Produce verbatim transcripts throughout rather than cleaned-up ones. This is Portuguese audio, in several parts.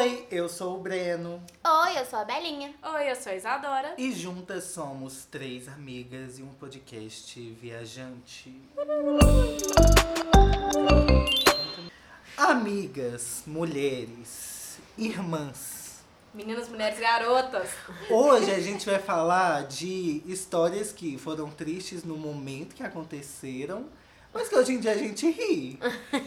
Oi, eu sou o Breno. Oi, eu sou a Belinha. Oi, eu sou a Isadora. E juntas somos três amigas e um podcast viajante. Amigas, mulheres, irmãs. Meninas, mulheres, garotas. Hoje a gente vai falar de histórias que foram tristes no momento que aconteceram, mas que hoje em dia a gente ri.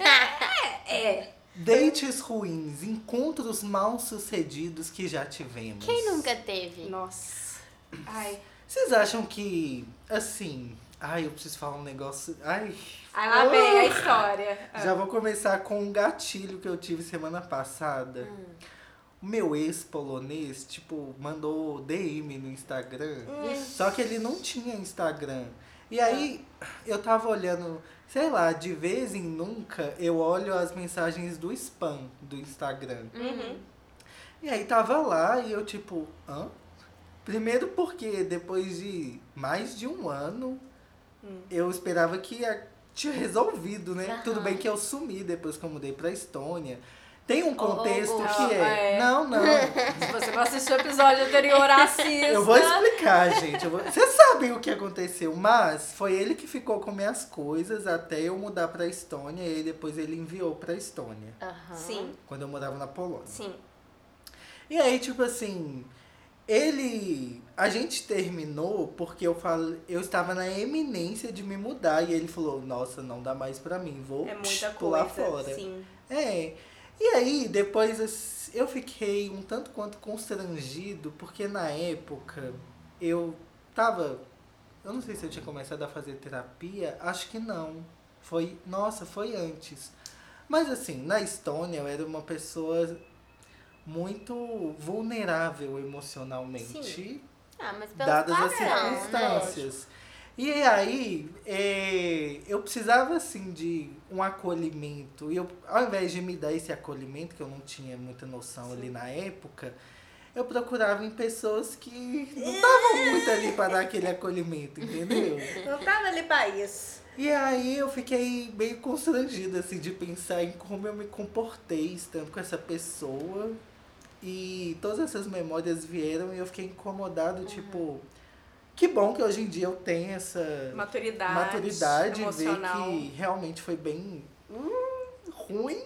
É, é. Dates ruins, encontros mal sucedidos que já tivemos. Quem nunca teve? Nossa. Ai. Vocês acham que, assim... Ai, eu preciso falar um negócio... Ai... Aí lá vem a história. Já vou começar com um gatilho que eu tive semana passada. Hum. O meu ex-polonês, tipo, mandou D M no Instagram. Hum. Só que ele não tinha Instagram. E aí, eu tava olhando... Sei lá, de vez em nunca, eu olho as mensagens do spam do Instagram. Uhum. E aí tava lá e eu tipo, hã? Primeiro porque depois de mais de um ano, Hum. eu esperava que ia, tinha resolvido, né? Aham. Tudo bem que eu sumi depois que eu mudei pra Estônia. Tem um contexto oh, que é... é. Não, não. Se você não assistiu o episódio anterior, assista. Eu vou explicar, gente. Eu vou... Vocês sabem o que aconteceu, mas foi ele que ficou com minhas coisas até eu mudar pra Estônia. E aí depois ele enviou pra Estônia, Aham. Sim, quando eu morava na Polônia. sim. E aí, tipo assim, ele... A gente terminou porque eu falei, eu estava na eminência de me mudar. E ele falou, nossa, não dá mais pra mim, vou É muita pular coisa. fora. Sim. É. E aí, depois eu fiquei um tanto quanto constrangido, porque na época eu tava... Eu não sei se eu tinha começado a fazer terapia, acho que não. Foi, nossa, foi antes. Mas assim, na Estônia eu era uma pessoa muito vulnerável emocionalmente, Sim. Ah, mas pelo dadas as padrão, né? circunstâncias. E aí, é, eu precisava, assim, de um acolhimento. E eu, ao invés de me dar esse acolhimento, que eu não tinha muita noção Sim. ali na época, eu procurava em pessoas que não estavam muito ali para dar aquele acolhimento, entendeu? Não tava ali pra isso. E aí eu fiquei meio constrangida, assim, de pensar em como eu me comportei estando com essa pessoa. E todas essas memórias vieram e eu fiquei incomodado, tipo... Que bom que hoje em dia eu tenho essa Maturidade. maturidade, ver emocional. que realmente foi bem hum, ruim.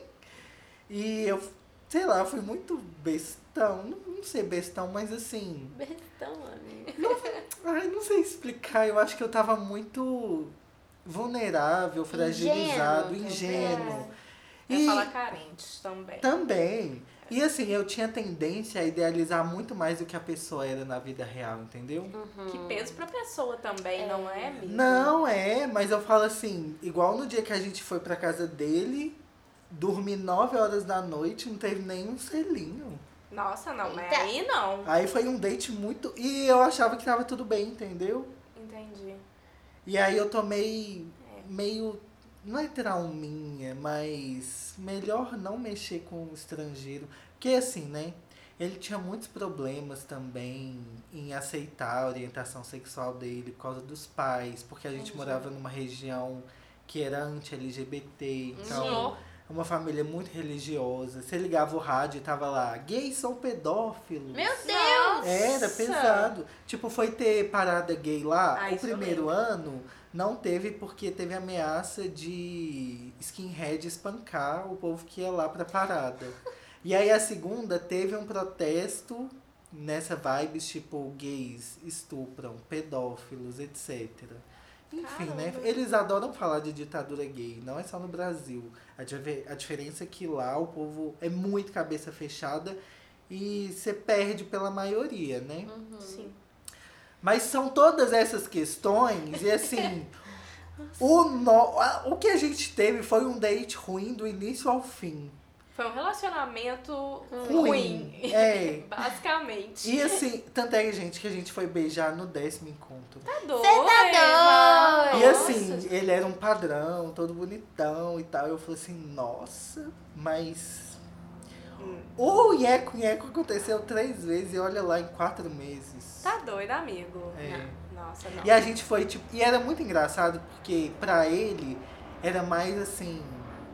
E eu, sei lá, fui muito bestão. Não, não sei bestão, mas assim... Bestão, amigo. Ai, não sei explicar. Eu acho que eu tava muito vulnerável, fragilizado, Ingênuo, ingênuo. Eu E falar carente também. também... E assim, eu tinha tendência a idealizar muito mais do que a pessoa era na vida real, entendeu? Uhum. Que peso pra pessoa também, É. não é, amigo? Não, é, mas eu falo assim, igual no dia que a gente foi pra casa dele, dormi nove horas da noite, não teve nenhum selinho. Nossa, não, mas Eita. aí não. Aí foi um date muito... E eu achava que tava tudo bem, entendeu? Entendi. E aí eu tomei É. meio... Não é trauminha, mas melhor não mexer com um estrangeiro. Porque assim, né? Ele tinha muitos problemas também em aceitar a orientação sexual dele por causa dos pais. Porque a gente Entendi. morava numa região que era anti-L G B T. Então, Sim. é uma família muito religiosa. Você ligava o rádio e tava lá, gays são pedófilos. Meu Deus! Era Nossa. pesado. Tipo, foi ter parada gay lá, Ah, o isso eu primeiro lembro. ano não teve porque teve ameaça de skinhead espancar o povo que ia lá pra parada. E aí a segunda teve um protesto nessa vibes tipo gays estupram, pedófilos, etcétera. Enfim, né? Caramba. Eles adoram falar de ditadura gay, não é só no Brasil. A, dife- a diferença é que lá o povo é muito cabeça fechada e você perde pela maioria, né? Uhum. Sim. Mas são todas essas questões e assim, o, no, a- o que a gente teve foi um date ruim do início ao fim. Foi um relacionamento Ruim. ruim. É. Basicamente. E assim, tanto é, gente, que a gente foi beijar no décimo encontro. Tá doido. Cê tá doido. E assim, ele era um padrão, todo bonitão e tal. Eu falei assim, nossa, mas... Hum. O nheco nheco aconteceu três vezes e olha lá em quatro meses. Tá doido, amigo. É. Nossa, não. E a gente foi, tipo... E era muito engraçado porque pra ele era mais assim...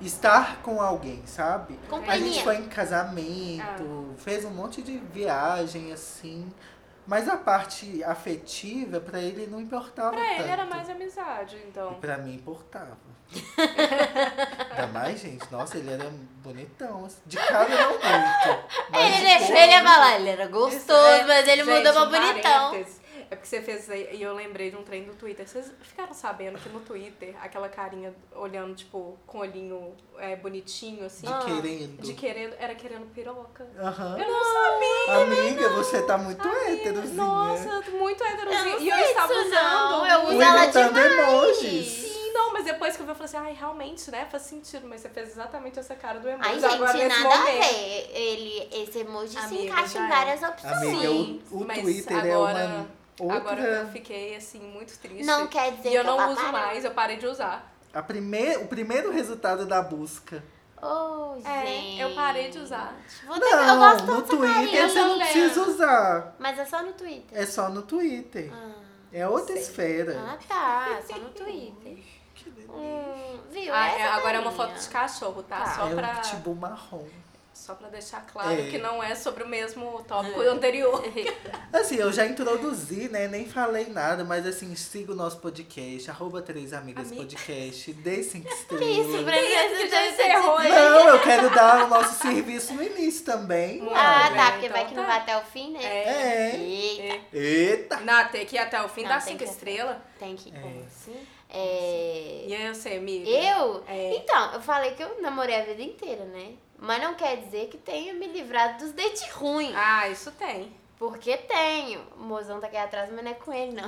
estar com alguém, sabe? A Companhia. gente foi em casamento, fez um monte de viagem, assim. Mas a parte afetiva, pra ele não importava Pra tanto. ele era mais amizade, então. E pra mim importava. Ainda mais, gente. Nossa, ele era bonitão. assim. De cara não muito. Mas Ele, de ele, corpo- ele ia falar, ele era gostoso, É, mas ele gente, mudou pra um bonitão. parênteses. É porque você fez aí, e eu lembrei de um trem do Twitter. Vocês ficaram sabendo que no Twitter, aquela carinha olhando, tipo, com o olhinho é, bonitinho, assim, De Ah. querendo. de querendo, era querendo piroca. Aham. Eu não sabia. Amiga, você tá muito héterozinha. Nossa, muito Eu héterozinha. não E eu sei estava disso, usando. não. Eu uso Ou ela inventando demais. emojis. Sim, não, mas depois que eu vi, eu falei assim, ai, realmente, né? Faz sentido, mas você fez exatamente essa cara do emoji. Ai, gente, agora nesse nada a momento. ver. Ele, esse emoji se Amiga, encaixa já em é. várias opções. Amiga, Sim, o, o mas Twitter agora- é uma outra... Agora eu fiquei, assim, muito triste. Não quer dizer E eu que não vá uso parar. mais, eu parei de usar. A primeir, o primeiro resultado da busca. Oh, É, gente. eu parei de usar. Vou ter, eu Não, gosto no tanto dessa Twitter carinha. você não também. precisa usar. Mas é só no Twitter. É só no Twitter. Ah, É outra sei. esfera. ah, tá. Só no Twitter. Que delícia. Hum, viu? Ah, Essa é, agora é uma carinha. foto de cachorro, tá? Tá. Só, é pra, um pitbull marrom. só pra deixar claro É. que não é sobre o mesmo tópico anterior. Assim, eu já introduzi, né? Nem falei nada, mas assim, siga o nosso podcast, arroba Três Amigas Amiga. Podcast, dê cinco Que estrelas. isso, Brenda? que já encerrou, hein? Não, eu quero dar o nosso serviço no início também. Muito Ah, bem, tá, porque então vai que não tá. vai até o fim, né? É. Eita, Eita! Não, tem que ir até o fim, Não, dá tem cinco que- estrelas. tem que... É. Sim. É... E eu sei, amiga. Eu? É. Então, eu falei que eu namorei a vida inteira, né? Mas não quer dizer que tenha me livrado dos dates ruins. Ah, isso tem. Porque tenho. O mozão tá aqui atrás, mas não é com ele, não.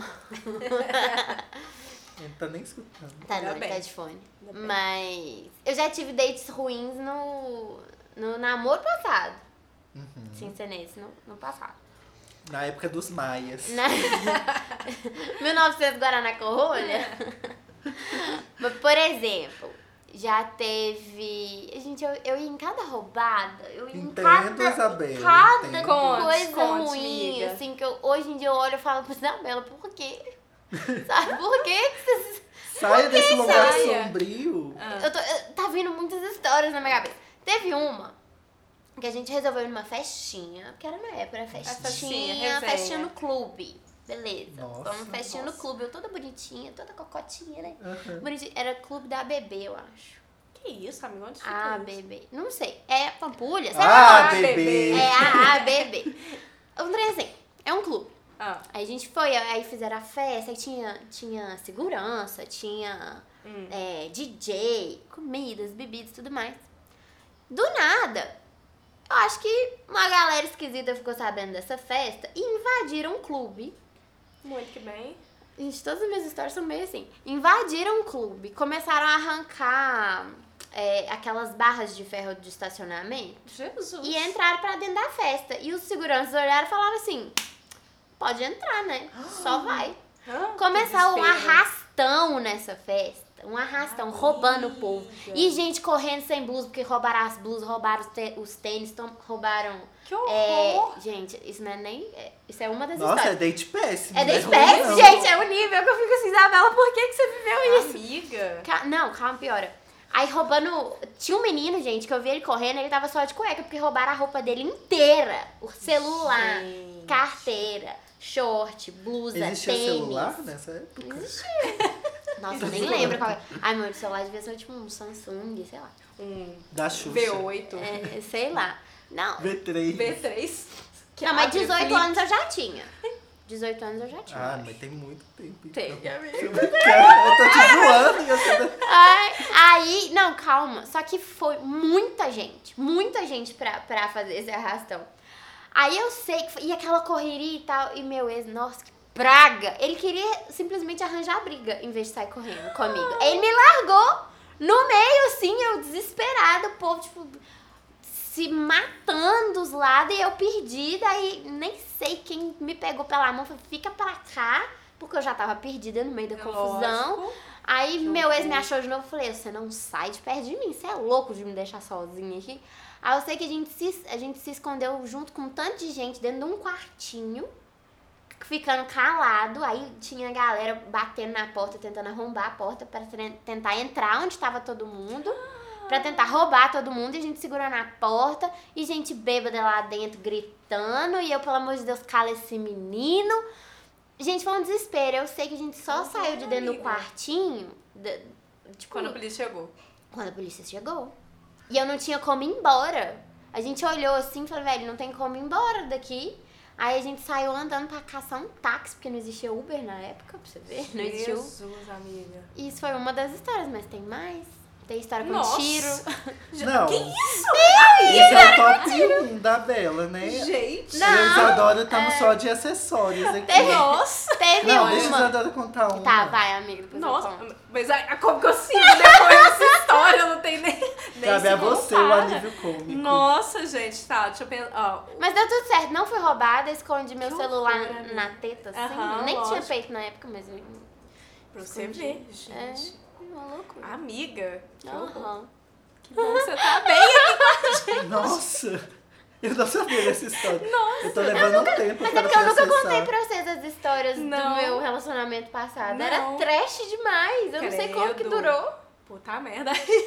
Ele não tá nem escutando. Tá, Ainda não, ele bem. tá de fone. Ainda bem. Mas eu já tive dates ruins no, no namoro passado. Uhum. Sem ser nesse, no, no passado. Na época dos maias. Na... mil e novecentos Guaraná com rolha. Mas, por exemplo, já teve... Gente, eu, eu ia em cada roubada, eu ia em Entendo, cada, Isabela, cada entendo. Conte, coisa conte, ruim, amiga. assim, que eu, hoje em dia eu olho e falo pra Isabela, por quê? Sabe, por quê que vocês... Saia desse lugar saia? sombrio. Ah. Eu tô, eu- tá vindo muitas histórias na minha cabeça. Teve uma que a gente resolveu ir numa festinha, porque era na época, era festinha, festinha, festinha, resenha. no clube. Beleza. Nossa. Vamos festinha Nossa. no clube, eu toda bonitinha, toda cocotinha, né? Aham. Bonitinha. Era clube da A B B, eu acho. Que isso, amigo? Onde fica A isso? B B. Não sei. É Pampulha? Sei Ah, lá. bebê. É a A B B. Um trem assim. É um clube. Ah, Aí a gente foi, aí fizeram a festa, aí tinha, tinha segurança, tinha hum. é, D J, comidas, bebidas e tudo mais. Do nada, eu acho que uma galera esquisita ficou sabendo dessa festa e invadiram o clube. Muito que bem. Gente, todas as minhas histórias são meio assim. Invadiram o clube, começaram a arrancar é, aquelas barras de ferro de estacionamento Jesus. e entraram pra dentro da festa. E os seguranças olharam e falaram assim, pode entrar, né? Só vai. Ah, Começar um que desespero. arrastão nessa festa. Um arrastão, Amiga. roubando o povo. E gente correndo sem blusa, porque roubaram as blusas, roubaram os, te- os tênis, tom- roubaram... Que É, horror. gente, isso não é nem... é- isso é uma das Nossa, é histórias. date péssimo. É né? date Ruim péssimo, não. gente. É o nível que eu fico assim, Isabela, por que, que você viveu isso? Amiga. Ca- Não, calma, piora. Aí roubando... Tinha um menino, gente, que eu vi ele correndo, ele tava só de cueca, porque roubaram a roupa dele inteira. O celular, Gente. carteira, short, blusa, Existia tênis. celular nessa época? Nossa, eu nem lembro qual é. Ai, meu celular devia ser tipo um Samsung, sei lá. Um Da Xuxa. V oito. É, sei lá. Não, V três. V três. Que não mas abre dezoito flip. anos eu já tinha. dezoito anos eu já tinha. eu Ah, acho. mas tem muito tempo. Tem, então. amiga. Eu tô te zoando e você tá... Ai, aí, não, calma. Só que foi muita gente, muita gente pra, pra fazer esse arrastão. Aí eu sei que foi, e aquela correria e tal, e meu ex, nossa, que praga. Ele queria simplesmente arranjar briga em vez de sair correndo comigo. Ele me largou no meio, assim, eu desesperada, o povo, tipo, se matando dos lados e eu perdida. Aí nem sei quem me pegou pela mão, falou, fica pra cá, porque eu já tava perdida no meio da confusão. Lógico. Aí Que meu ex me horror. achou de novo e falei, você não sai de perto de mim, você é louco de me deixar sozinha aqui. Aí eu sei que a gente se, a gente se escondeu junto com um tanto de gente dentro de um quartinho, ficando calado. Aí tinha a galera batendo na porta, tentando arrombar a porta para tentar entrar onde estava todo mundo, pra tentar roubar todo mundo, e a gente segurando a porta, e gente bêbada lá dentro gritando, e eu, pelo amor de Deus, cala esse menino. Gente, foi um desespero. Eu sei que a gente só Uhum, saiu de dentro do amiga. quartinho, da- tipo, Quando a polícia chegou. quando a polícia chegou. E eu não tinha como ir embora. A gente olhou assim e falou, velho, não tem como ir embora daqui. Aí a gente saiu andando pra caçar um táxi, porque não existia Uber na época, pra você ver. Não existia Uber. Jesus, amiga. E isso foi uma das histórias, mas tem mais. Tem história com Nossa. tiro. Não. Que isso? Esse é o top um da Bela, né? Gente. Não, Eu e Isadora estamos só de acessórios aqui. Teve- Nossa. Teve Não, uma. deixa a Isadora contar uma. Tá, vai, amiga. Depois Nossa, eu conto. mas aí, como que eu sigo depois dessa história? Não tem nem, nem Cabe a se você o contar. alívio cômico. Nossa, gente, tá, deixa eu pensar. Ó, Mas deu tudo certo. Não fui roubada. Escondi meu Que celular horror, amiga. na teta, assim. Aham, Nem tinha lógico. peito na época, mas eu... pra você Escondi. ver, gente. É, uma loucura. Amiga, que horror. Aham. Que bom que você tá bem. Nossa, eu não sabia dessa história. Nossa, eu tô levando um tempo Mas para é porque eu nunca processar. contei pra vocês as histórias Não. do meu relacionamento passado. Não. Era trash demais. Eu não sei como que Credo. durou. Puta merda.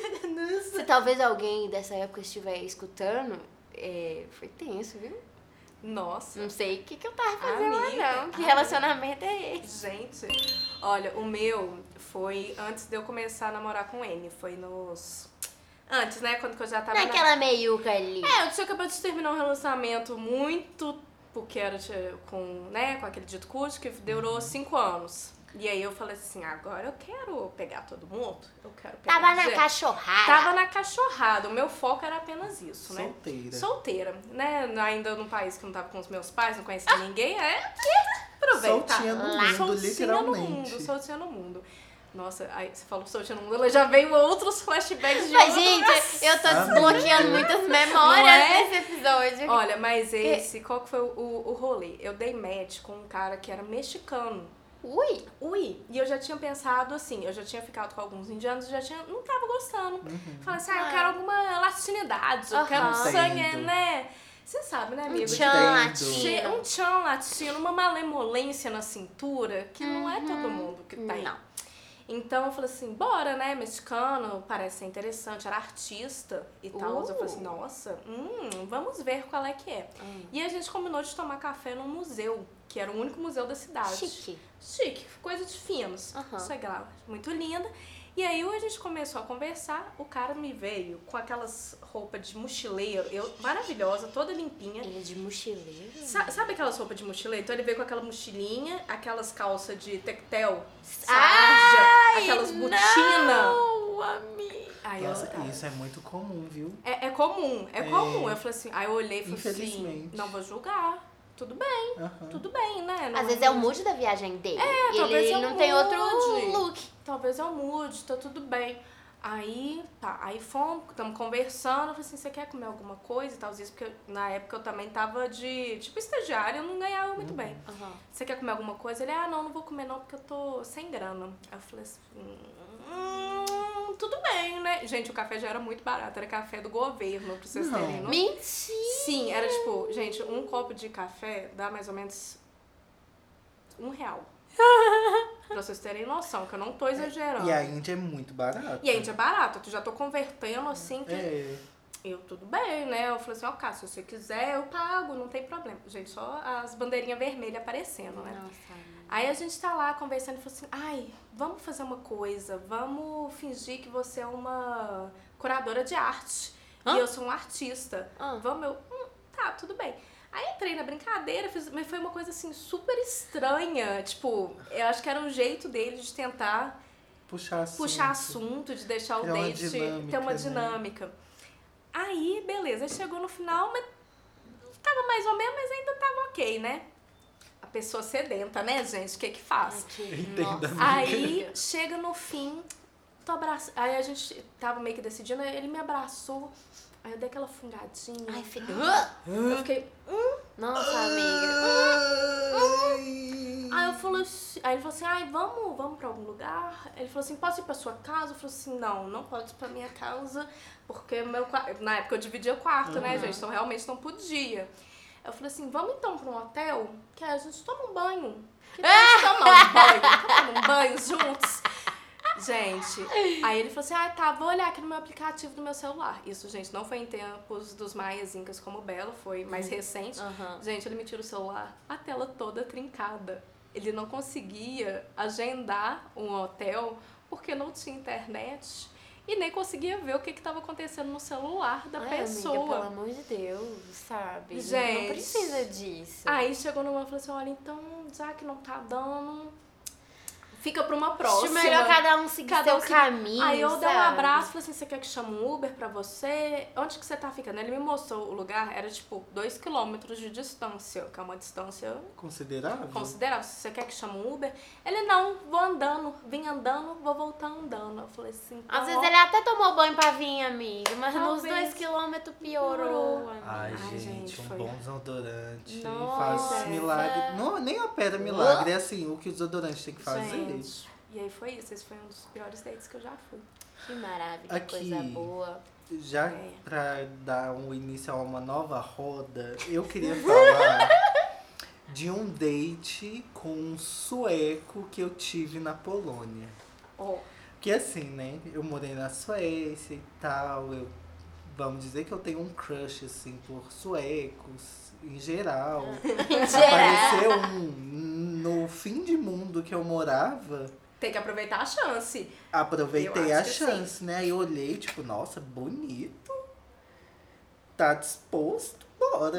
Se talvez alguém dessa época estiver escutando, é, foi tenso, viu? Nossa. Não sei o que, que eu tava fazendo Amiga, lá, não. Que amiga. relacionamento é esse? Gente, olha, o meu foi antes de eu começar a namorar com ele. Foi nos... Antes, né? Quando que eu já tava... na- Naquela meiuca ali. É, eu tinha acabado de terminar um relacionamento muito... Porque era de- com, né, com aquele dito cujo que durou cinco anos. E aí eu falei assim, agora eu quero pegar todo mundo. Eu quero pegar... Tava na gente. cachorrada. Tava na cachorrada. O meu foco era apenas isso, né? Solteira. Solteira, né? Ainda num país que não tava com os meus pais, não conhecia ninguém, é aproveitar. Soltinha no Lá. mundo, Soltinha literalmente. no mundo, soltinha no mundo. Nossa, aí você falou soltinha no mundo, ela já veio outros flashbacks de Mas, outro- gente, eu tô Amiga. desbloqueando muitas memórias Não é? nesse episódio. Olha, mas esse, qual que foi o, o, o rolê? Eu dei match com um cara que era mexicano. Ui. Ui, e eu já tinha pensado assim, eu já tinha ficado com alguns indianos, já tinha, não tava gostando. Falei assim, ah, eu Ah. quero alguma latinidade, eu quero um Aham. sangue, Entendo. né? Você sabe, né, Um amigo? tchan Entendo. Che- latino. Um tchan latino, uma malemolência na cintura, que não é todo mundo que tem. Não. Então eu falei assim, bora, né, mexicano, parece ser interessante, era artista e tal. Uh. Eu falei assim, nossa, hum, vamos ver qual é que é. Hum. E a gente combinou de tomar café num museu, que era o único museu da cidade. Chique. Chique, coisa de finos. Aham. Cheguei lá, muito linda. E aí a gente começou a conversar, o cara me veio com aquelas roupas de mochileiro, eu, maravilhosa, toda limpinha. Ele é de mochileiro. Sa- sabe aquelas roupas de mochileiro? Então ele veio com aquela mochilinha, aquelas calças de tectel, Ai, sarja, aquelas botinas. Não, amiga. Aí eu, Nossa, cara, isso é muito comum, viu? é, é comum, é, É. comum. Eu falei assim, aí eu olhei e falei assim, Infelizmente. não vou julgar, tudo bem, Aham. tudo bem, né? Não- Às vezes é o mood da viagem dele. É, e talvez ele é o não tem outro mood. look. Talvez eu mude, tá tudo bem. Aí, tá, aí fomos, estamos conversando, eu falei assim, você quer comer alguma coisa e tal, isso, porque na época eu também tava de, tipo, estagiária, eu não ganhava muito bem. Aham. Você quer comer alguma coisa? Ele, ah, não, não vou comer não, porque eu tô sem grana. Aí eu falei assim, hum, tudo bem, né? Gente, o café já era muito barato, era café do governo, pra vocês Não. terem noção. Mentira. Sim, era tipo, gente, um copo de café dá mais ou menos um real. Pra vocês terem noção, que eu não tô exagerando. E a Índia é muito barata. E a Índia é barato, eu já tô convertendo assim que. É. Eu, tudo bem, né? Eu falei assim, ó, Cássio, se você quiser, eu pago, não tem problema. Gente, só as bandeirinhas vermelhas aparecendo, né? Nossa, amiga. Aí a gente tá lá conversando e falou assim, ai, vamos fazer uma coisa, vamos fingir que você é uma curadora de arte. Hã? E eu sou um artista. Ah. Vamos, eu, hum, tá, tudo bem. Aí entrei na brincadeira, fiz, mas foi uma coisa assim super estranha. Tipo, eu acho que era um jeito dele de tentar Puxar assunto. puxar assunto, de deixar o Criar uma date dinâmica, ter uma né? dinâmica. Aí, beleza, aí chegou no final, mas tava mais ou menos, mas ainda tava ok, né? A pessoa sedenta, né, gente? O que que faz? Entenda, Nossa. amiga. Aí, chega no fim, tô abraç... aí a gente tava meio que decidindo, aí ele me abraçou, aí eu dei aquela fungadinha. Ai, filho. Eu fiquei, Nossa, amiga. Ai. aí eu falei assim, aí ele falou assim, ai, vamos, vamos pra algum lugar? Ele falou assim, posso ir pra sua casa? Eu falei assim, não, não pode ir pra minha casa, porque meu quarto, na época eu dividia o quarto, né, gente, então realmente não podia. Eu falei assim, vamos então pra um hotel, que aí a gente toma um banho. Que a gente toma um banho, toma um banho juntos. Gente, aí ele falou assim, ah, tá, vou olhar aqui no meu aplicativo do meu celular. Isso, gente, não foi em tempos dos maias incas como o Belo, foi mais recente. Uhum. Gente, ele me tira o celular, a tela toda trincada. Ele não conseguia agendar um hotel porque não tinha internet e nem conseguia ver o que estava acontecendo no celular da Ai, pessoa. amiga, pelo amor de Deus, sabe? Gente. Não precisa disso. Aí chegou numa e falou assim, olha, então, já que não tá dando, fica pra uma próxima. Acho melhor cada um seguir Cada seu um seguir- caminho, Aí eu dei um sabe? abraço, falei assim, você quer que chame um Uber pra você? Onde que você tá ficando? Ele me mostrou o lugar, era tipo dois quilômetros de distância, que é uma distância Considerável? considerável. Se você quer que chame um Uber? Ele, não, vou andando, vim andando, vou voltar andando. Eu falei assim, Às ó, vezes ele até tomou banho pra vir, amiga, mas nos Talvez. dois quilômetros piorou. amiga. Ai, Ai, gente, gente, um foi- bom desodorante Nossa. faz milagre. Não, nem opera milagre, é assim, o que o desodorante tem que fazer. Gente, e aí foi isso, esse foi um dos piores dates que eu já fui. Que maravilha, Aqui. coisa boa. Já É. pra dar um início a uma nova roda, eu queria falar de um date com um sueco que eu tive na Polônia. Oh, Que assim, né? Eu morei na Suécia e tal. Eu, vamos dizer que eu tenho um crush, assim, por suecos, em geral. Em geral. Apareceu um no fim de mundo que eu morava. tem que aproveitar a chance. Aproveitei Eu a acho que chance, né? Aí eu olhei, tipo, nossa, bonito. Tá disposto? Bora.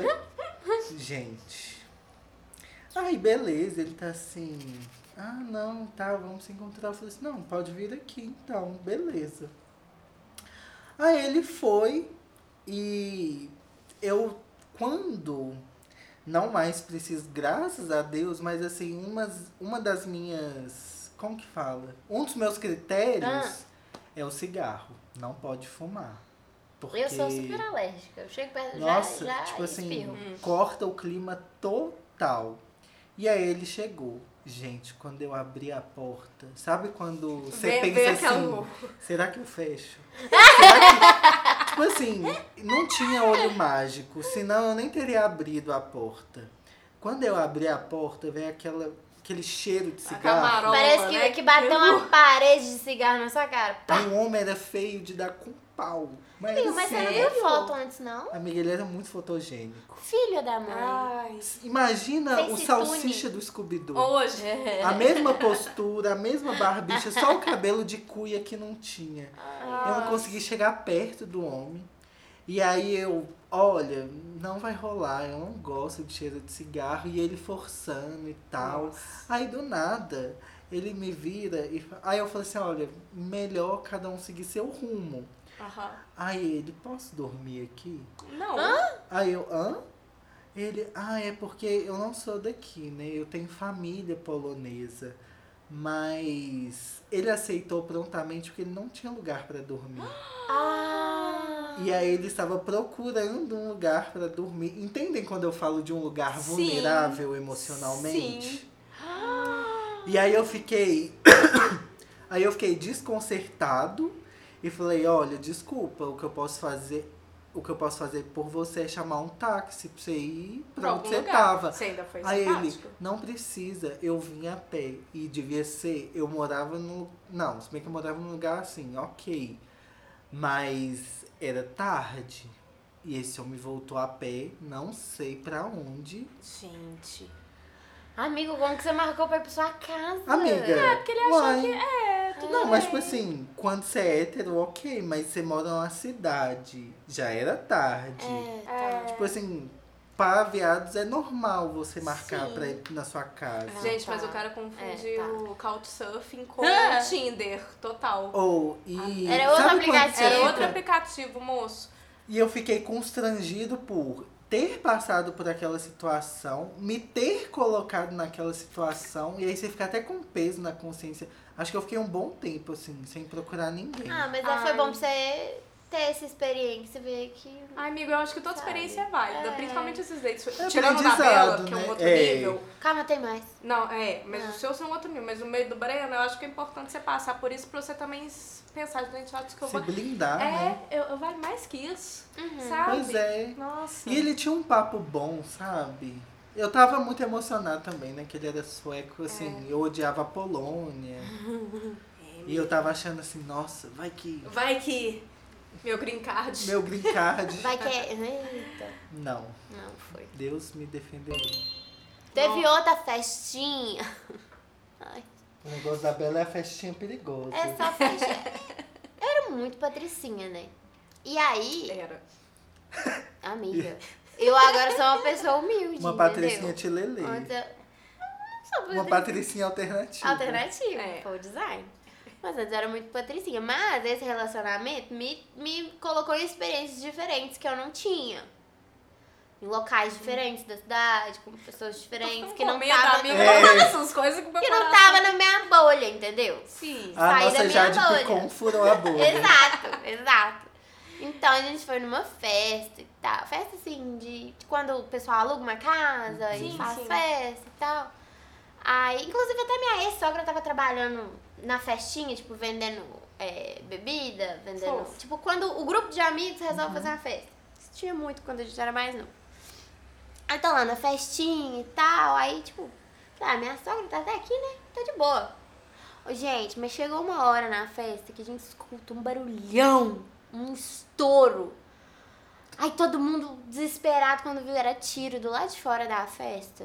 Gente. Aí, beleza, ele tá assim. Ah, não, tá, vamos se encontrar. Eu falei assim, não, pode vir aqui então, beleza. Aí ele foi e eu, quando não mais preciso, graças a Deus, mas assim, umas, uma das minhas, como que fala? Um dos meus critérios Ah. é o cigarro, não pode fumar. Porque, Eu sou super alérgica. Eu chego perto, nossa, já, já tipo assim, espirro. corta o clima total. E aí ele chegou. Gente, quando eu abri a porta, sabe quando você Vem- pensa vem aquela assim, luz. será que eu fecho? Será que... Tipo assim, não tinha olho mágico, senão eu nem teria abrido a porta. Quando eu abri a porta, veio aquela, aquele cheiro de cigarro. camarola. Parece que, né? que bateu uma parede de cigarro na sua cara. Pá. Aí o homem era feio de dar com pau. Mas, Amigo, mas você não sério. viu foto antes, não? Amiga, ele era muito fotogênico. Filho da mãe. Ai, Imagina Sem o se salsicha do Scooby-Doo. hoje. A mesma postura, a mesma barbicha, só o cabelo de cuia que não tinha. Eu não consegui chegar perto do homem. E aí eu, olha, não vai rolar, eu não gosto de cheiro de cigarro. E ele forçando e tal. Nossa. Aí do nada, ele me vira e fa- aí eu falei assim, olha, melhor cada um seguir seu rumo. Aham. Aí ele, posso dormir aqui? Não. Aí eu, hã? Ele, ah, é porque eu não sou daqui, né? Eu tenho família polonesa. Mas ele aceitou prontamente porque ele não tinha lugar pra dormir. Ah. E aí ele estava procurando um lugar pra dormir. Entendem quando eu falo de um lugar Sim. vulnerável emocionalmente? Sim. E aí eu fiquei. Aí eu fiquei desconcertado e falei, olha, desculpa, o que eu posso fazer. O que eu posso fazer por você é chamar um táxi pra você ir pra Pra onde algum você lugar. tava. Você ainda foi Aí ele, simpático. não precisa, eu vim a pé. E devia ser, eu morava no. Não, se bem que eu morava num lugar assim, ok. Mas era tarde. E esse homem voltou a pé, não sei pra onde. Gente. Amigo, como que você marcou pra ir pra sua casa? Amiga. É, porque ele achou uai. que é, tudo Não, bem. mas tipo assim, quando você é hétero, ok, mas você mora numa cidade, já era tarde. É, tá. É. Tipo assim, para viados é normal você marcar Sim. pra ir na sua casa. Gente, tá. mas o cara confundiu É, tá. o Couchsurfing com Ah. o Tinder, total. Ou, e. Era outro sabe quando aplicativo. você Era fica- outro aplicativo, moço. E eu fiquei constrangido por ter passado por aquela situação, me ter colocado naquela situação, e aí você fica até com peso na consciência. Acho que eu fiquei um bom tempo, assim, sem procurar ninguém. Ah, mas é, Ai. foi bom pra você ter essa experiência, ver que... Ai, amigo, eu acho que toda Sabe? experiência é válida, É. principalmente esses dates. É Tirando o da aprendizado, Bela, que é um né? outro É. nível. Calma, tem mais. Não, é, mas Ah. os seus são outro nível. Mas o meio do Breno, eu acho que é importante você passar por isso pra você também pensar, gente, eu acho que eu Se vou... blindar, É, né? eu, eu valho mais que isso, Uhum. sabe? Pois é. Nossa. E ele tinha um papo bom, sabe? Eu tava muito emocionado também, né? Que ele era sueco, assim, É. eu odiava a Polônia. É, E eu tava achando assim, nossa, vai que... Vai que meu green card. Meu green card. Vai que é... Eita. Não, Não, foi. Deus me defenderá. Teve outra festinha. Ai, O negócio da Bela é a festinha perigosa. essa festinha... Eu era muito patricinha, né? E aí, Era. amiga, eu agora sou uma pessoa humilde, Uma entendeu? patricinha tilelê. Antes eu- Sou Uma patricinha alternativa. Alternativa, É. foi o design. Mas antes eu era muito patricinha. Mas esse relacionamento me, me colocou em experiências diferentes que eu não tinha. Em locais diferentes da cidade, com pessoas diferentes, que não Comendo, amiga, estavam É. falando essas coisas com meu que não coração. tava na minha bolha, entendeu? Sim. A sair da nossa minha Jade bolha. Picon furou a bolha. Exato, exato. Então a gente foi numa festa e tal. Festa assim, de, de quando o pessoal aluga uma casa Sim, e faz sim. festa e tal. Aí, inclusive até minha ex-sogra tava trabalhando na festinha, tipo, vendendo é, bebida, vendendo. Fofo. Tipo, quando o grupo de amigos resolve fazer uma festa. Isso tinha muito quando a gente era mais novo. Aí tô lá na festinha e tal, aí tipo, ah, minha sogra tá até aqui, né? Tá de boa. Ô, gente, mas chegou uma hora na festa que a gente escuta um barulhão, um estouro. Aí todo mundo desesperado quando viu era tiro do lado de fora da festa.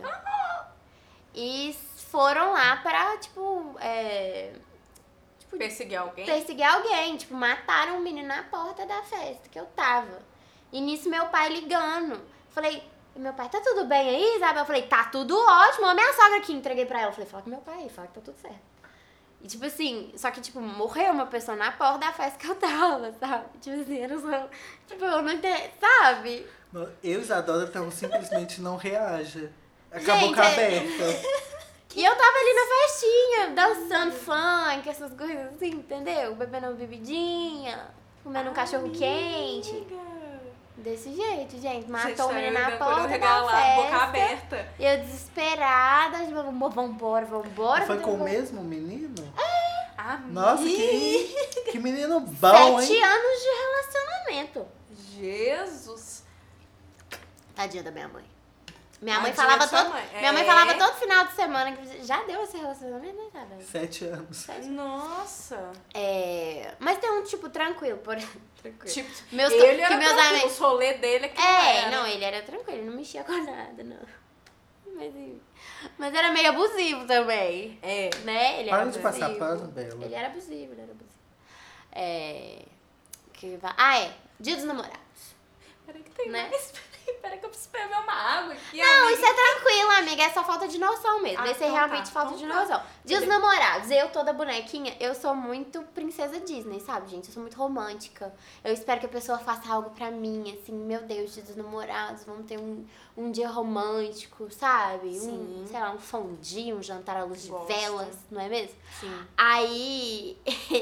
E foram lá pra, tipo, é, Perseguir alguém? perseguir alguém. Tipo, mataram um menino na porta da festa que eu tava. E nisso meu pai ligando. Falei, e meu pai, tá tudo bem aí, Isabel? Eu falei, tá tudo ótimo. A minha sogra aqui, entreguei pra ela. Eu falei, fala com meu pai aí, fala que tá tudo certo. E tipo assim, só que tipo, morreu uma pessoa na porta da festa que eu tava, sabe? Tipo assim, eu não sou, tipo, eu não entendo, sabe? Eu e Isadora então simplesmente não reage. É com a Gente, boca é- aberta. E eu tava ali na festinha, dançando funk, essas coisas assim, entendeu? Bebendo uma bebidinha, comendo um cachorro quente. Desse jeito, gente. Matou o menino na porta da regalado, boca festa. aberta. Eu desesperada, tipo, vamos- vambora, vambora. Foi com o vambora. mesmo menino? Amiga. Nossa, que, que menino bom, Sete hein? anos de relacionamento. Jesus. Tadinha da minha mãe. Minha mãe Tadinha falava de sua todo, mãe. minha mãe É. falava todo final de semana que já deu esse relacionamento, né, cara? Sete anos. Nossa. É, mas tem um tipo tranquilo, por tranquilo. Tipo, Meus- ele que era meus tranquilo, amigos- os rolê dele é que não É, era. não, ele era tranquilo, ele não mexia com nada, não. Mas, mas era meio abusivo também, É. né? Ele Para era de abusivo. passar pano, Bela. Ele era abusivo, ele era abusivo. É... Que... va- Ah, é. Dia dos namorados. Peraí que tem Né? mais. Peraí, peraí que eu preciso beber uma água aqui, Não, amiga. isso é tranquilo, amiga. É só falta de noção mesmo. Ah, Esse é então realmente tá, falta então de tá. noção. Dia dos Beleza. namorados. Eu, toda bonequinha, eu sou muito princesa Disney, sabe, gente? Eu sou muito romântica. Eu espero que a pessoa faça algo pra mim, assim, meu Deus, dia dos namorados, vamos ter um, um dia romântico, sabe? Um, Sim. sei lá, um fondue, um jantar à luz de Gosto. velas, não é mesmo? Sim. Aí,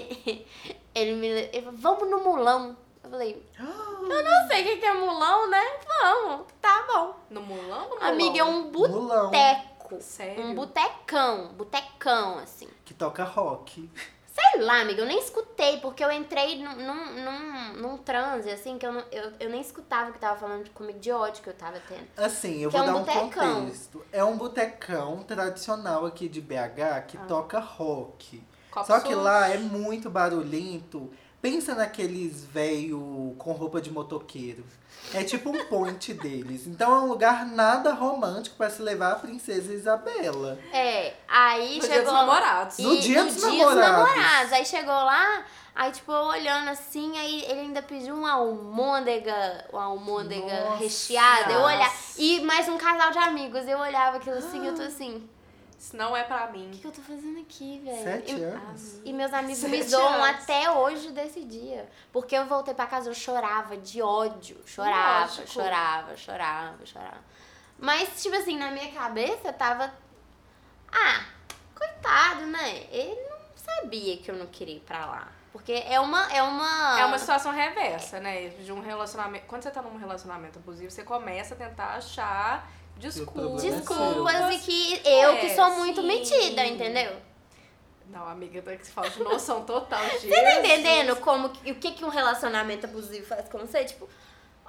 ele me ele falou, vamos no Mulão. Eu falei, eu não sei o que que é Mulão, né? Vamos, tá bom. No Mulão ou no Amiga, é um Mulão. boteco. Sério? Um botecão, botecão, assim. Que toca rock. Sei lá, amiga, eu nem escutei, porque eu entrei num, num, num, num transe, assim, que eu, não, eu, eu nem escutava o que tava falando de- comigo de ódio que eu tava tendo. Assim, eu Que vou é um dar um botecão. contexto. É um botecão tradicional aqui de B H que toca rock. Copo Só que sujo. lá é muito barulhento. Pensa naqueles velho com roupa de motoqueiro. É tipo um point deles. Então é um lugar nada romântico pra se levar a princesa Isabela. É, aí No chegou... dia dos namorados. No dia dos dia namorados. Aí chegou lá, aí tipo, eu olhando assim, aí ele ainda pediu uma almôndega, uma almôndega Nossa. recheada. Eu olhava, e mais um casal de amigos, eu olhava aquilo assim, eu tô assim... Isso não é pra mim. O que, que eu tô fazendo aqui, velho? Sete E- anos. E meus amigos Sete me zoam anos. até hoje desse dia. Porque eu voltei pra casa, eu chorava de ódio. Chorava, Lógico. chorava, chorava, chorava. Mas, tipo assim, na minha cabeça tava... Ah, coitado, né? Ele não sabia que eu não queria ir pra lá. Porque é uma... É uma, É uma situação reversa, né? De um relacionamento. Quando você tá num relacionamento abusivo, você começa a tentar achar desculpas. problema é Desculpas e que eu que sou É, muito sim. metida, entendeu? Não, amiga, que você fala de noção total. Você tá entendendo como, que- o que, que um relacionamento abusivo faz com você? Tipo,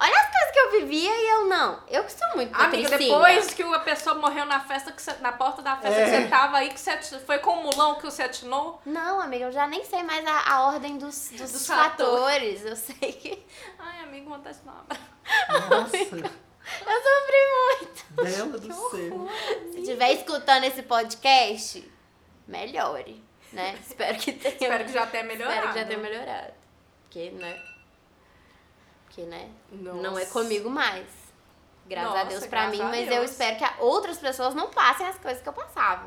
Olha as coisas que eu vivia e eu não. Eu que sou muito Amiga, patricinha. depois que a pessoa morreu na festa, que você, na porta da festa, É. que você tava aí, que você ati- foi com o mulão que você atinou? Não, amiga, eu já nem sei mais a, a ordem dos, dos, Dos fatores. Eu sei que... Ai, amigo, vontade de dar um abraço. Nossa, Eu sofri muito. Bela do céu. Se estiver escutando esse podcast, melhore, né? Espero que tenha... Espero que já tenha melhorado. Espero que já tenha melhorado. Porque, né? Porque, né? Nossa. Não é comigo mais. Graças a Nossa, Deus pra graças mim, a mas Deus. eu espero que a- outras pessoas não passem as coisas que eu passava.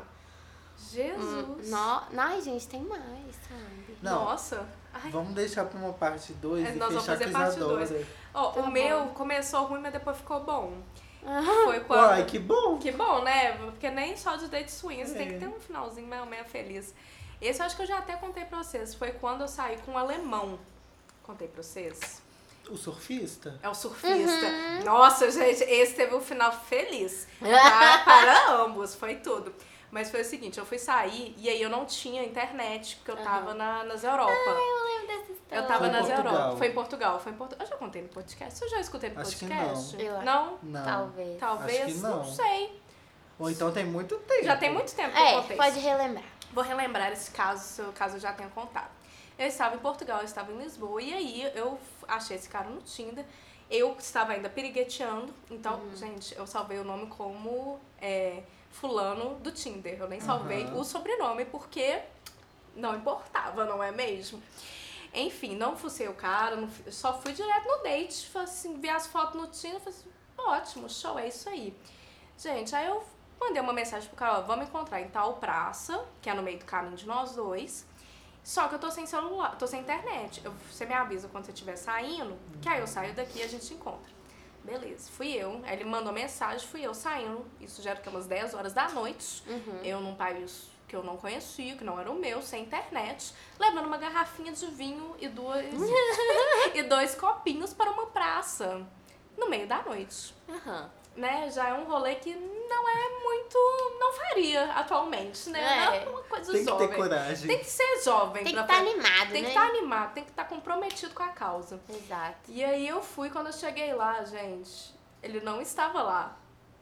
Jesus. No... Ai, gente, tem mais, sabe? Não. Nossa. Ai. Vamos deixar pra uma parte dois É, e nós vamos fechar fazer com parte Isadora. dois. Ó, Tá o bom. meu começou ruim, mas depois ficou bom. Foi quando... Uai, que bom. Que bom, né? Porque nem só de date swings, É. tem que ter um finalzinho meio, meio feliz. Esse eu acho que eu já até contei pra vocês. Foi quando eu saí com um alemão. Contei pra vocês? O surfista? É o surfista. Nossa, gente, esse teve um final feliz. Tá? Para ambos, foi tudo. Mas foi o seguinte, eu fui sair e aí eu não tinha internet, porque eu tava na, nas Europa. Eu lembro dessa história. Eu tava Foi em nas Portugal. Europa. Foi em Portugal, foi em Portugal. Eu já contei no podcast? Eu já escutei no Acho que podcast? não. Eu acho. Não? Não. Talvez. Talvez? Acho que não. sei. Ou então tem muito tempo. Já tem muito tempo que eu É, contei. pode relembrar. Vou relembrar esse caso, se o caso eu já tenha contado. Eu estava em Portugal, eu estava em Lisboa, e aí eu achei esse cara no Tinder. Eu estava ainda pirigueteando, então, gente, eu salvei o nome como é, fulano do Tinder. Eu nem salvei Aham. o sobrenome, porque não importava, não é mesmo? Enfim, não fucei o cara, não fui- só fui direto no date. Falei assim, vi as fotos no Tinder, falei assim, ótimo, show, é isso aí. Gente, aí eu mandei uma mensagem pro cara, ó, vamos encontrar em tal praça, que é no meio do caminho de nós dois. Só que eu tô sem celular, tô sem internet. Eu, você me avisa quando você estiver saindo, que aí eu saio daqui e a gente se encontra. Beleza, fui eu. Aí ele mandou mensagem, fui eu saindo. Isso já era que umas dez horas da noite. Eu num país que eu não conhecia, que não era o meu, sem internet, levando uma garrafinha de vinho e dois, e dois copinhos para uma praça, no meio da noite. Aham. Né, já é um rolê que não é muito, não faria atualmente, né? É. Não é uma coisa Tem que jovem. ter coragem. Tem que ser jovem. Tem que pra estar fazer- animado, Tem né? que estar animado, tem que estar comprometido com a causa. Exato. E aí eu fui, quando eu cheguei lá, gente, ele não estava lá.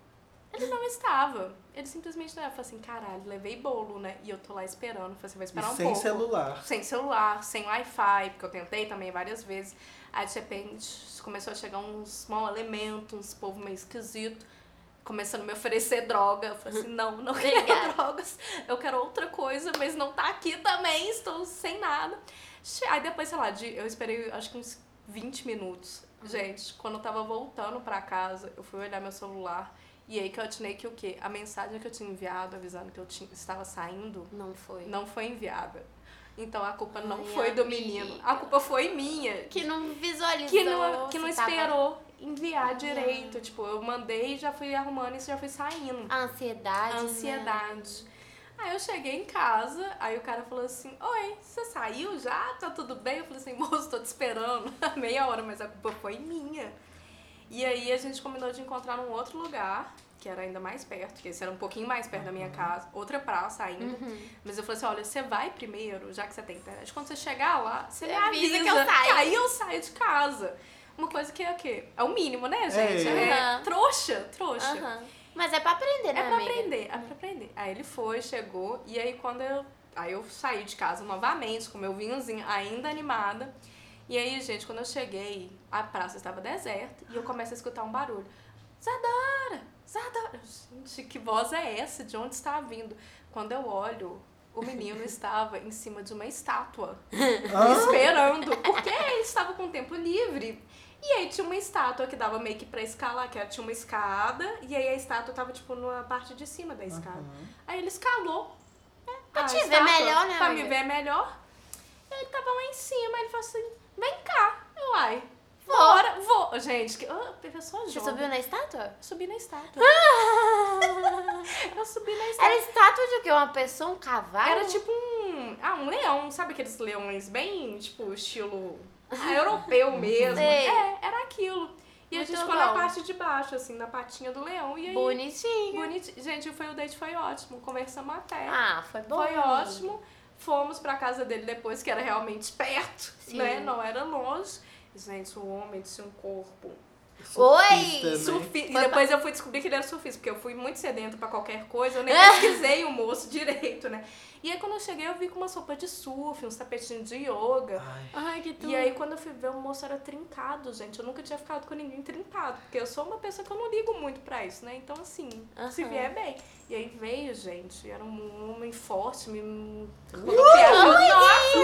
Ele não estava. Ele simplesmente não era. Eu falei assim, caralho, levei bolo, né? E eu tô lá esperando. Eu falei assim, vou E esperar um sem pouco. celular. Sem celular, sem Wi-Fi, porque eu tentei também várias vezes. Aí, de repente, começou a chegar uns mau elementos, uns povo meio esquisito, começando a me oferecer droga. Eu falei assim, não, não quero Obrigada. drogas. Eu quero outra coisa, mas não tá aqui também, estou sem nada. Che- Aí depois, sei lá, de, eu esperei acho que uns vinte minutos. Gente, quando eu tava voltando pra casa, eu fui olhar meu celular. E aí que eu atinei que o quê? A mensagem que eu tinha enviado, avisando que eu tinha, estava saindo, Não foi. não foi enviada. Então a culpa não Ai, foi do amiga. menino. A culpa foi minha. Que não visualizou. Que não, que não se tava- esperou enviar direito. Tipo, eu mandei e já fui arrumando e já fui saindo. A ansiedade. A né? ansiedade. Aí eu cheguei em casa, aí o cara falou assim, oi, você saiu já? Tá tudo bem? Eu falei assim, moço, tô te esperando há meia hora, mas a culpa foi minha. E aí a gente combinou de encontrar num outro lugar, que era ainda mais perto, que esse era um pouquinho mais perto da minha casa, outra praça ainda. Mas eu falei assim, olha, você vai primeiro, já que você tem internet, quando você chegar lá, você me avisa avisa que eu saio. que aí eu saio de casa. Uma coisa que é o quê? É o mínimo, né, gente? É. É, Aham. trouxa, trouxa. Aham. Mas é pra aprender, né, É pra amiga? aprender, é pra aprender. Aí ele foi, chegou, e aí quando eu... Aí eu saí de casa novamente, com meu vinhozinho, ainda animada. E aí, gente, quando eu cheguei, a praça estava deserta, e eu começo a escutar um barulho. Zadara! Zadara! Gente, que voz é essa? De onde está vindo? Quando eu olho, o menino estava em cima de uma estátua, esperando, porque ele estava com tempo livre. E aí tinha uma estátua que dava meio que pra escalar, que era- tinha uma escada, e aí a estátua tava, tipo, na parte de cima da escada. Aham. Aí ele escalou. Né, Pra a te ver melhor, né, Pra amiga? me ver melhor. E ele tava lá em cima, ele falou assim, vem cá. Eu, ai, Vou. bora, vou. Gente, que oh, pessoa Você jovem. subiu na estátua? Eu subi na estátua. Eu subi na estátua. Era estátua de quê? Uma pessoa, um cavalo? Era tipo um. Ah, um leão, sabe aqueles leões bem, tipo, estilo ah, europeu mesmo? Sei. É, era aquilo. E a Muito gente ficou na bom. parte de baixo, assim, na patinha do leão. E aí. Bonitinho. Bonito. Gente, foi, o date foi ótimo. Conversamos até. Ah, foi bom. foi ótimo. Fomos pra casa dele depois, que era realmente perto, Sim. né? Não era longe. Gente, o homem tinha um corpo surfista, Oi! né? Surfi... E Foi depois eu fui descobrir que ele era surfista, porque eu fui muito sedenta pra qualquer coisa, eu nem pesquisei o moço direito, né? E aí quando eu cheguei, eu vi com uma sopa de surf, uns tapetinhos de yoga. Ai, Ai, que tudo. E aí quando eu fui ver, o moço era trincado, gente. Eu nunca tinha ficado com ninguém trincado, porque eu sou uma pessoa que eu não ligo muito pra isso, né? Então, assim, se Aham. vier, bem. E aí veio, gente, era um homem forte, me rodopiava. Nossa!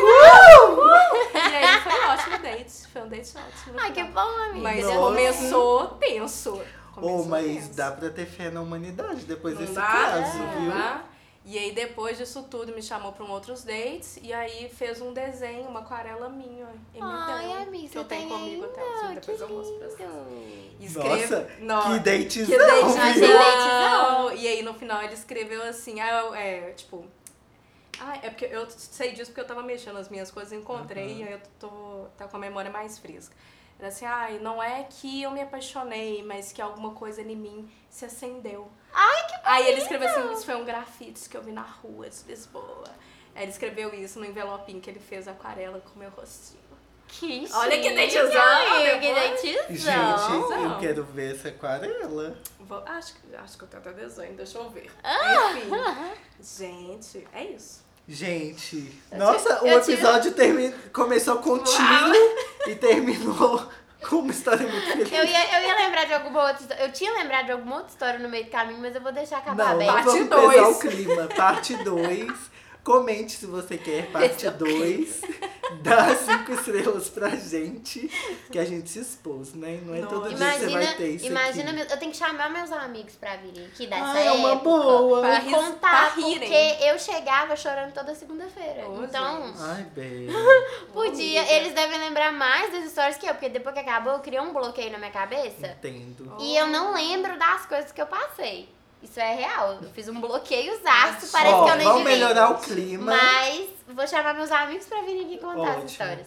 E aí foi um ótimo date, foi um date ótimo. no Ai, que final. bom, amiga. Mas Nossa. começou tenso. oh, Começou mas tenso. dá pra ter fé na humanidade depois Não desse dá? caso, Não viu? dá? E aí, depois disso tudo, me chamou pra um outros dates. E aí, fez um desenho, uma aquarela minha. E me Ai, deu, amiga, que eu você tenho tem comigo ainda? até hoje. Que Depois eu mostro pra vocês. lindo. Nossa, Nossa, que datezão, que datezão. Achei datezão. E aí, no final, ele escreveu assim, ah, eu- é, tipo... Ah, é porque eu sei disso porque eu tava mexendo nas minhas coisas, encontrei, Uhum. e aí eu tô tá com a memória mais fresca. Era assim, ai, não é que eu me apaixonei, mas que alguma coisa em mim se acendeu. Ai, que bonito. Aí ele escreveu assim, isso foi um grafite que eu vi na rua de Lisboa. Aí ele escreveu isso no envelopinho que ele fez aquarela com o meu rostinho. Que Olha que chique, datezão, amiga, que depois. datezão. Gente, eu Não. quero ver essa aquarela. Vou- acho, que- acho que eu tenho até desenho, deixa eu ver. Ah. Enfim, gente, é isso. Gente, Eu nossa, tive- o eu tive- episódio termi... começou com um tiro e terminou com uma história muito feliz. Eu ia, eu ia lembrar de alguma outra história. Eu tinha lembrado de alguma outra história no meio do caminho, mas eu vou deixar acabar Não, bem. não Parte vamos dois. pesar o clima. Parte dois. Comente se você quer parte Pesar o dois. Dá cinco estrelas pra gente, que a gente se expôs, né? Não é todo dia que você Imagina, vai ter isso imagina, aqui. meu- eu tenho que chamar meus amigos pra virem aqui dessa Ah, é uma época. boa. Pra Pra ris- contar, pra rirem. porque eu chegava chorando toda segunda-feira. Ô, Então, gente. Ai, bem. podia. Amiga. Eles devem lembrar mais das histórias que eu, porque depois que acabou, eu criei um bloqueio na minha cabeça. Entendo. E eu não lembro das coisas que eu passei. Isso é real. Eu fiz um bloqueio zaço, parece Ó, que eu nem vamos vivi. melhorar o clima. Mas vou chamar meus amigos pra virem aqui contar as Ótimo. histórias.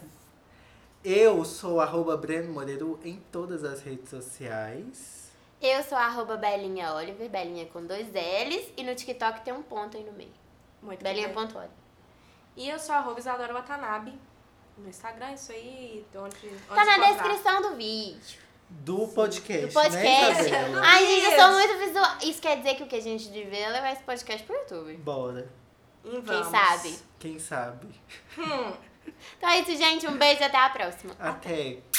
Eu sou arroba Breno Moreiro em todas as redes sociais. Eu sou arroba Belinha Oliver, Belinha com dois L's, e no TikTok tem um ponto aí no meio. Muito bem. Belinha.oliver. E eu sou a arroba Isadora Watanabe. No Instagram, isso aí, onde, onde Tá na encontrar. descrição do vídeo. Do podcast, Do podcast. né, Isabela? Ai, gente, eu sou Isso. muito visual. Isso quer dizer que o que a gente devia levar esse podcast pro YouTube. Bora. E Quem vamos. sabe? Quem sabe? Hum. Então é isso, gente. Um beijo e até a próxima. Até.